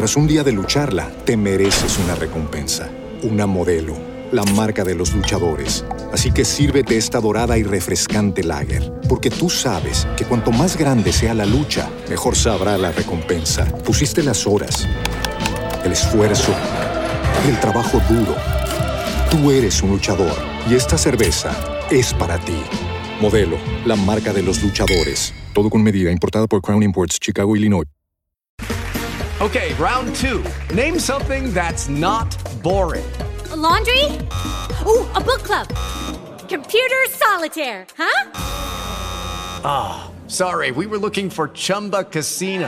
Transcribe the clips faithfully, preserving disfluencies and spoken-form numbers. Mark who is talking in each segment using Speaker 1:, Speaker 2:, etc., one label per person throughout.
Speaker 1: tras un día de lucharla, te mereces una recompensa. Una Modelo, la marca de los luchadores. Así que sírvete esta dorada y refrescante lager, porque tú sabes que cuanto más grande sea la lucha, mejor sabrá la recompensa. Pusiste las horas, el esfuerzo, el trabajo duro. Tú eres un luchador y esta cerveza es para ti. Modelo, la marca de los luchadores. Todo con medida, importada por Crown Imports, Chicago, Illinois.
Speaker 2: Okay, round two. Name something that's not boring.
Speaker 3: A laundry? Ooh, a book club. Computer solitaire, huh?
Speaker 2: Ah, oh, sorry, we were looking for Chumba Casino.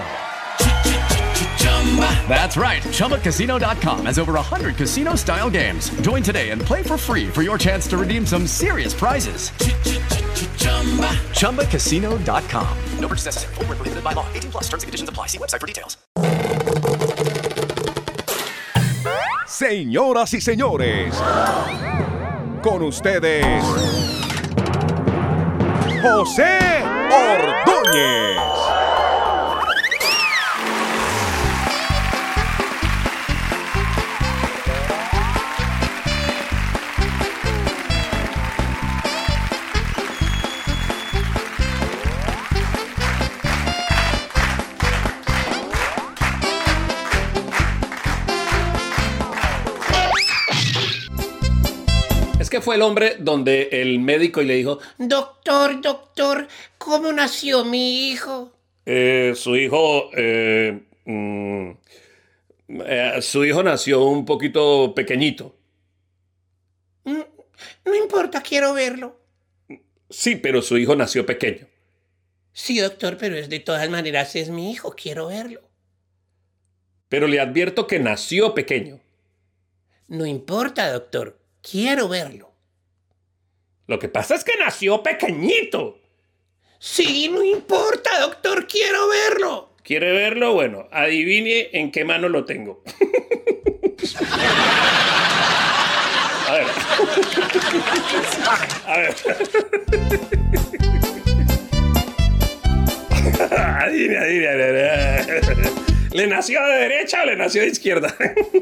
Speaker 2: That's right, Chumba Casino dot com has over one hundred casino-style games. Join today and play for free for your chance to redeem some serious prizes. Chumba Casino dot com. No purchase necessary. Void where prohibited by law. eighteen plus terms and conditions apply. See website for details.
Speaker 4: Señoras y señores, con ustedes, José Ordóñez.
Speaker 5: Que fue el hombre donde el médico y le dijo:
Speaker 6: Doctor, doctor, ¿cómo nació mi hijo?
Speaker 5: Eh, su hijo, eh, mm, eh, su hijo nació un poquito pequeñito.
Speaker 6: No, no importa, quiero verlo.
Speaker 5: Sí, pero su hijo nació pequeño.
Speaker 6: Sí, doctor, pero es de todas maneras es mi hijo, quiero verlo.
Speaker 5: Pero le advierto que nació pequeño.
Speaker 6: No importa, doctor. Quiero verlo.
Speaker 5: Lo que pasa es que nació pequeñito.
Speaker 6: Sí, no importa, doctor. Quiero verlo.
Speaker 5: ¿Quiere verlo? Bueno, adivine en qué mano lo tengo. A ver. A ver. Adivine, adivine, adivine. ¿Le nació de derecha o le nació de izquierda?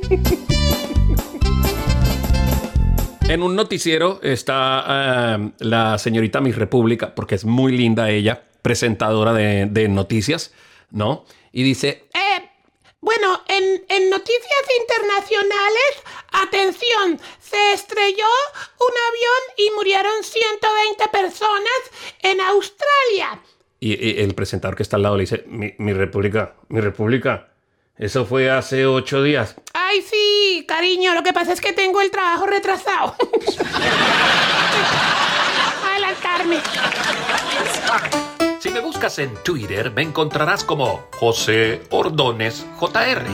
Speaker 5: En un noticiero está uh, la señorita Miss República, porque es muy linda ella, presentadora de, de noticias, ¿no? Y dice:
Speaker 6: Eh, bueno, en, en noticias internacionales, atención, se estrelló un avión y murieron ciento veinte personas en Australia.
Speaker 5: Y, y el presentador que está al lado le dice: mi, mi República, mi República, eso fue hace ocho días.
Speaker 6: Ay, sí, cariño, lo que pasa es que tengo el trabajo retrasado. Adelantarme.
Speaker 7: Si me buscas en Twitter, me encontrarás como José Ordóñez J R.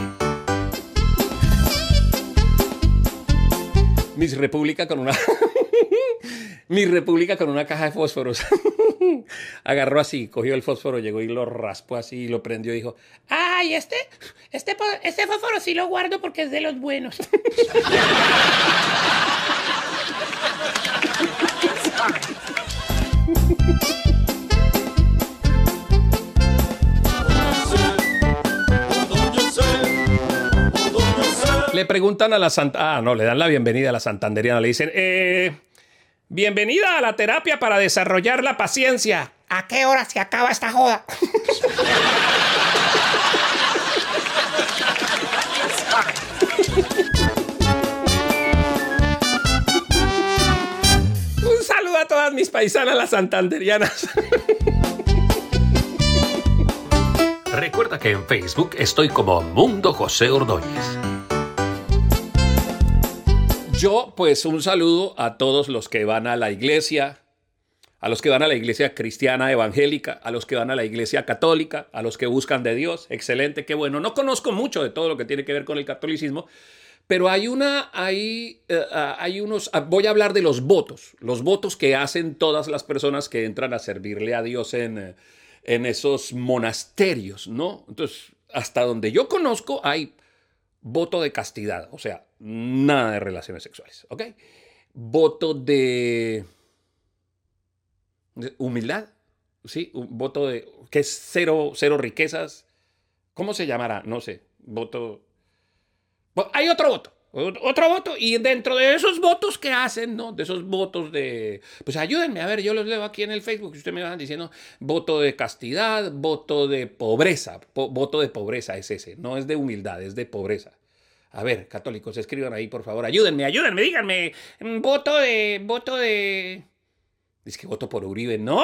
Speaker 5: Miss República con una... Miss República con una caja de fósforos. Agarró así, cogió el fósforo, llegó y lo raspó así y lo prendió y dijo:
Speaker 6: ¡ay, este, este, este fósforo sí lo guardo porque es de los buenos!
Speaker 5: Le preguntan a la Santa... Ah, no, le dan la bienvenida a la santanderiana. Le dicen: eh... bienvenida a la terapia para desarrollar la paciencia.
Speaker 6: ¿A qué hora se acaba esta joda?
Speaker 5: Un saludo a todas mis paisanas las santanderianas.
Speaker 7: Recuerda que en Facebook estoy como Mundo José Ordóñez.
Speaker 5: Yo, pues, un saludo a todos los que van a la iglesia, a los que van a la iglesia cristiana evangélica, a los que van a la iglesia católica, a los que buscan de Dios. Excelente, qué bueno. No conozco mucho de todo lo que tiene que ver con el catolicismo, pero hay una, hay, uh, uh, hay unos, uh, voy a hablar de los votos, los votos que hacen todas las personas que entran a servirle a Dios en, uh, en esos monasterios, ¿no? Entonces, hasta donde yo conozco hay voto de castidad, o sea, nada de relaciones sexuales, ¿ok? Voto de, de humildad, ¿sí? Un voto de, que es cero, cero riquezas. ¿Cómo se llamará? No sé. Voto, Hay otro voto. Otro voto, y dentro de esos votos que hacen, ¿no? De esos votos de... Pues ayúdenme, a ver, yo los leo aquí en el Facebook, ustedes me van diciendo, voto de castidad, voto de pobreza, po- voto de pobreza es ese, no es de humildad, es de pobreza. A ver, católicos, escriban ahí, por favor, ayúdenme, ayúdenme, díganme, voto de... voto de... Es que voto por Uribe, ¡no!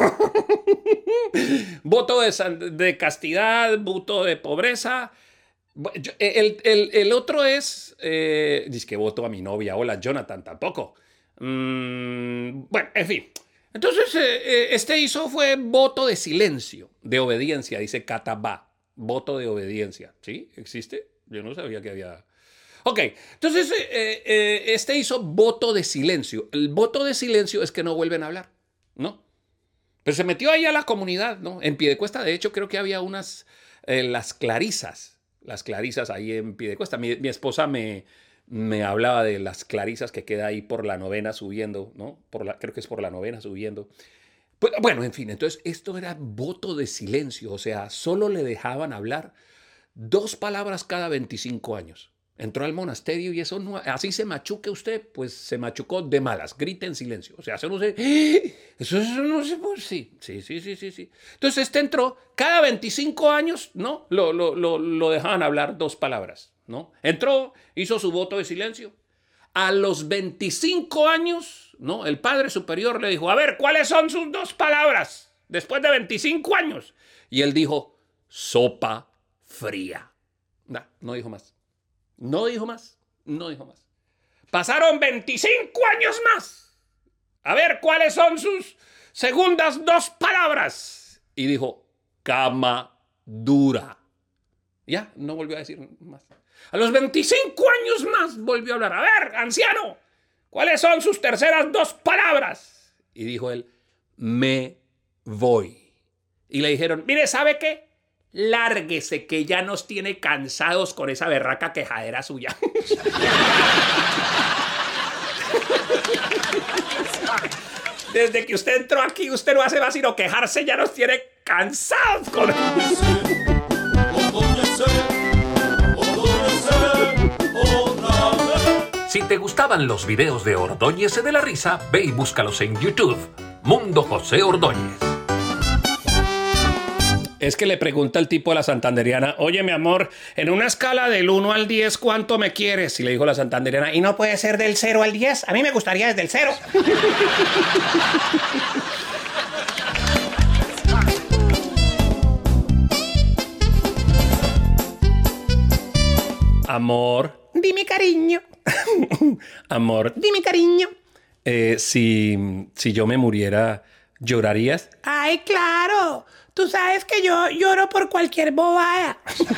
Speaker 5: Voto de, san- de castidad, voto de pobreza... Yo, el, el, el otro es, eh, dice que voto a mi novia. Hola, Jonathan, tampoco. Mm, bueno, en fin. Entonces, eh, este hizo fue voto de silencio, de obediencia, dice Catabá. Voto de obediencia. ¿Sí? ¿Existe? Yo no sabía que había... Ok, entonces, eh, eh, este hizo voto de silencio. El voto de silencio es que no vuelven a hablar, ¿no? Pero se metió ahí a la comunidad, ¿no? En Piedecuesta, de hecho, creo que había unas, eh, las clarisas. Las clarisas ahí en Piedecuesta. Mi, mi esposa me, me hablaba de las clarisas que queda ahí por la novena subiendo, ¿no? Por la, creo que es por la novena subiendo. Pues, bueno, en fin, entonces esto era voto de silencio, o sea, solo le dejaban hablar dos palabras cada veinticinco años. Entró al monasterio y eso no, así se machuque usted, pues se machucó de malas, grita en silencio. O sea, eso no se, eso, eso no se, pues sí, sí, sí, sí, sí, sí. Entonces este entró, cada veinticinco años, ¿no? Lo, lo, lo, lo dejaban hablar dos palabras, ¿no? Entró, hizo su voto de silencio. A los veinticinco años, ¿no? El padre superior le dijo, a ver, ¿cuáles son sus dos palabras? Después de veinticinco años. Y él dijo, sopa fría. No, no dijo más. No dijo más, no dijo más. Pasaron veinticinco años más. A ver, ¿cuáles son sus segundas dos palabras? Y dijo, cama dura. Ya, no volvió a decir más. A los veinticinco años más volvió a hablar. A ver, anciano, ¿cuáles son sus terceras dos palabras? Y dijo él, me voy. Y le dijeron, mire, ¿sabe qué? Lárguese, que ya nos tiene cansados con esa berraca quejadera suya. Desde que usted entró aquí, usted no hace más sino quejarse, ya nos tiene cansados con eso.
Speaker 7: Si te gustaban los videos de Ordóñez de la Risa, ve y búscalos en YouTube. Mundo José Ordóñez.
Speaker 5: Es que le pregunta el tipo a la santanderiana, oye, mi amor, en una escala del uno al diez, ¿cuánto me quieres? Y le dijo la santanderiana, y no puede ser del cero al diez. A mí me gustaría desde el cero. Amor.
Speaker 6: Dime, cariño.
Speaker 5: Amor.
Speaker 6: Dime, cariño.
Speaker 5: Eh, si, si yo me muriera, ¿llorarías?
Speaker 6: Ay, claro. Tú sabes que yo lloro por cualquier bobada.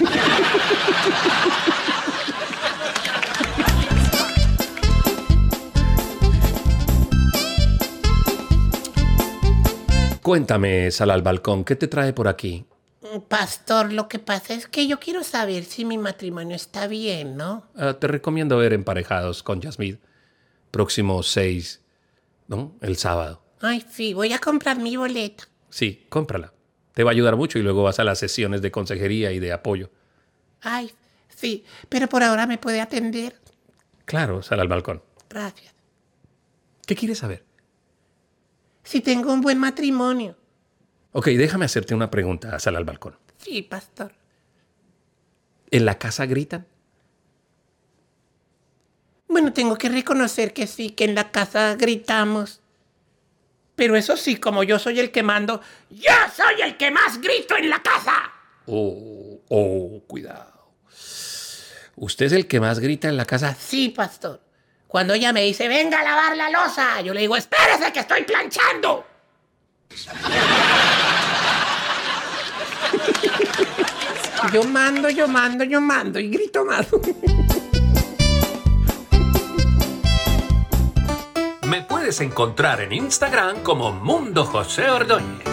Speaker 5: Cuéntame, Sal al Balcón, ¿qué te trae por aquí?
Speaker 6: Pastor, lo que pasa es que yo quiero saber si mi matrimonio está bien, ¿no?
Speaker 5: Uh, te recomiendo ver Emparejados con Yasmín. Próximo seis, ¿no? El sábado.
Speaker 6: Ay, sí, voy a comprar mi boleta.
Speaker 5: Sí, cómprala. Te va a ayudar mucho y luego vas a las sesiones de consejería y de apoyo.
Speaker 6: Ay, sí, pero por ahora me puede atender.
Speaker 5: Claro, Sal al Balcón.
Speaker 6: Gracias.
Speaker 5: ¿Qué quieres saber?
Speaker 6: Si tengo un buen matrimonio.
Speaker 5: Ok, déjame hacerte una pregunta, Sal al Balcón.
Speaker 6: Sí, pastor.
Speaker 5: ¿En la casa gritan?
Speaker 6: Bueno, tengo que reconocer que sí, que en la casa gritamos. Pero eso sí, como yo soy el que mando, ¡yo soy el que más grito en la casa!
Speaker 5: Oh, oh, cuidado. ¿Usted es el que más grita en la casa?
Speaker 6: Sí, pastor. Cuando ella me dice, venga a lavar la loza, yo le digo, espérese que estoy planchando. Yo mando, yo mando, yo mando y grito más.
Speaker 7: Me puedes encontrar en Instagram como Mundo José Ordóñez.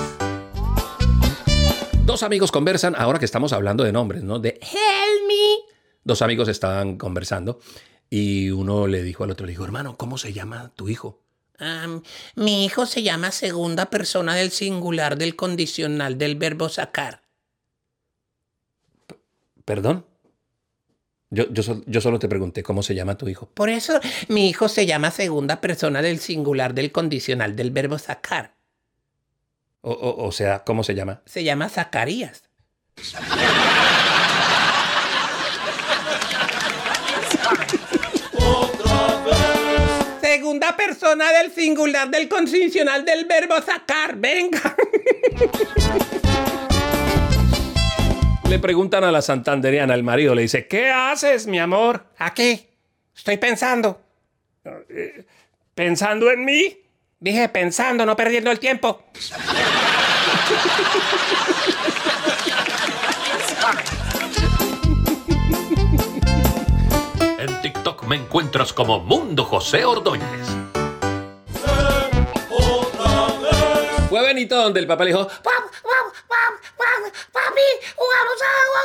Speaker 5: Dos amigos conversan, ahora que estamos hablando de nombres, ¿no? De
Speaker 6: Help me.
Speaker 5: Dos amigos estaban conversando y uno le dijo al otro, le dijo, hermano, ¿cómo se llama tu hijo?
Speaker 6: Um, mi hijo se llama segunda persona del singular del condicional del verbo sacar.
Speaker 5: ¿Perdón? Yo, yo, sol- yo solo te pregunté cómo se llama tu hijo.
Speaker 6: Por eso mi hijo se llama segunda persona del singular del condicional del verbo sacar.
Speaker 5: O, o, o sea, ¿cómo se llama?
Speaker 6: Se llama Zacarías. Segunda persona del singular del condicional del verbo sacar. Venga.
Speaker 5: Le preguntan a la santandereana, el marido le dice, ¿qué haces, mi amor?
Speaker 6: ¿A qué? Estoy pensando.
Speaker 5: ¿Pensando en mí?
Speaker 6: Dije pensando, no perdiendo el tiempo.
Speaker 7: En TikTok me encuentras como Mundo José Ordóñez.
Speaker 5: Fue Benito donde el papá le dijo,
Speaker 6: Papi, jugamos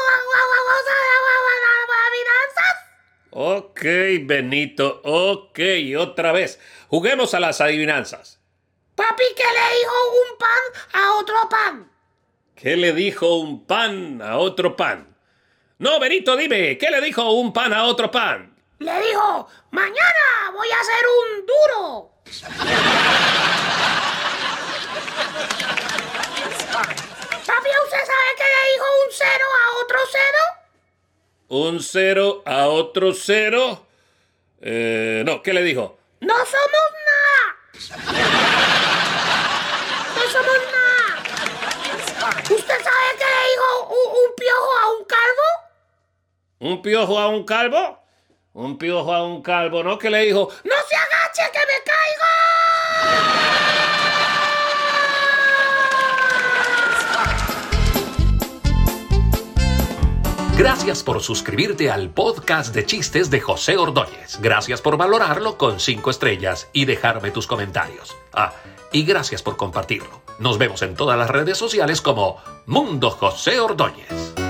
Speaker 6: a
Speaker 5: ok, Benito, ok, otra vez. Juguemos a las adivinanzas.
Speaker 6: Papi, ¿qué le dijo un pan a otro pan?
Speaker 5: ¿Qué le dijo un pan a otro pan? No, Benito, dime, ¿qué le dijo un pan a otro pan?
Speaker 6: Le dijo, mañana voy a hacer un duro. Papi, ¿usted sabe qué le dijo un cero a otro cero?
Speaker 5: ¿Un cero a otro cero? Eh, no, ¿qué le dijo?
Speaker 6: No somos nada. No somos nada. ¿Usted sabe qué le dijo un, un piojo a un calvo?
Speaker 5: ¿Un piojo a un calvo? Un piojo a un calvo, ¿no? ¿Qué le dijo?
Speaker 6: ¡No se agache que me caigo!
Speaker 7: Gracias por suscribirte al podcast de chistes de José Ordóñez. Gracias por valorarlo con cinco estrellas y dejarme tus comentarios. Ah, y gracias por compartirlo. Nos vemos en todas las redes sociales como Mundo José Ordóñez.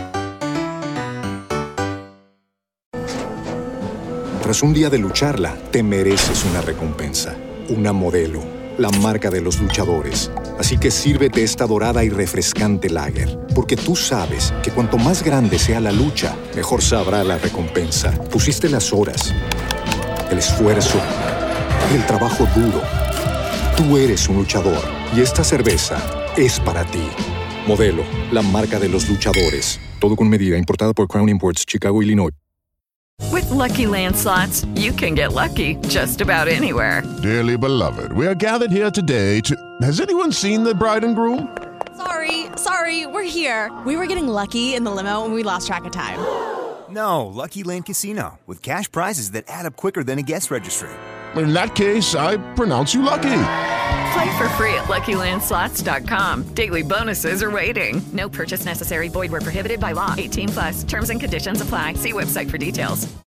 Speaker 1: Tras un día de lucharla, te mereces una recompensa, una Modelo, la marca de los luchadores. Así que sírvete esta dorada y refrescante lager, porque tú sabes que cuanto más grande sea la lucha, mejor sabrá la recompensa. Pusiste las horas, el esfuerzo, el trabajo duro. Tú eres un luchador y esta cerveza es para ti. Modelo, la marca de los luchadores. Todo con medida, importada por Crown Imports, Chicago, Illinois.
Speaker 8: With Lucky Land Slots, you can get lucky just about anywhere.
Speaker 9: Dearly beloved, we are gathered here today to... Has anyone seen the bride and groom?
Speaker 10: Sorry, sorry, we're here. We were getting lucky in the limo and we lost track of time.
Speaker 11: No, Lucky Land Casino, with cash prizes that add up quicker than a guest registry.
Speaker 9: In that case, I pronounce you lucky.
Speaker 8: Play for free at Lucky Land Slots dot com. Daily bonuses are waiting. No purchase necessary. Void where prohibited by law. eighteen plus. Terms and conditions apply. See website for details.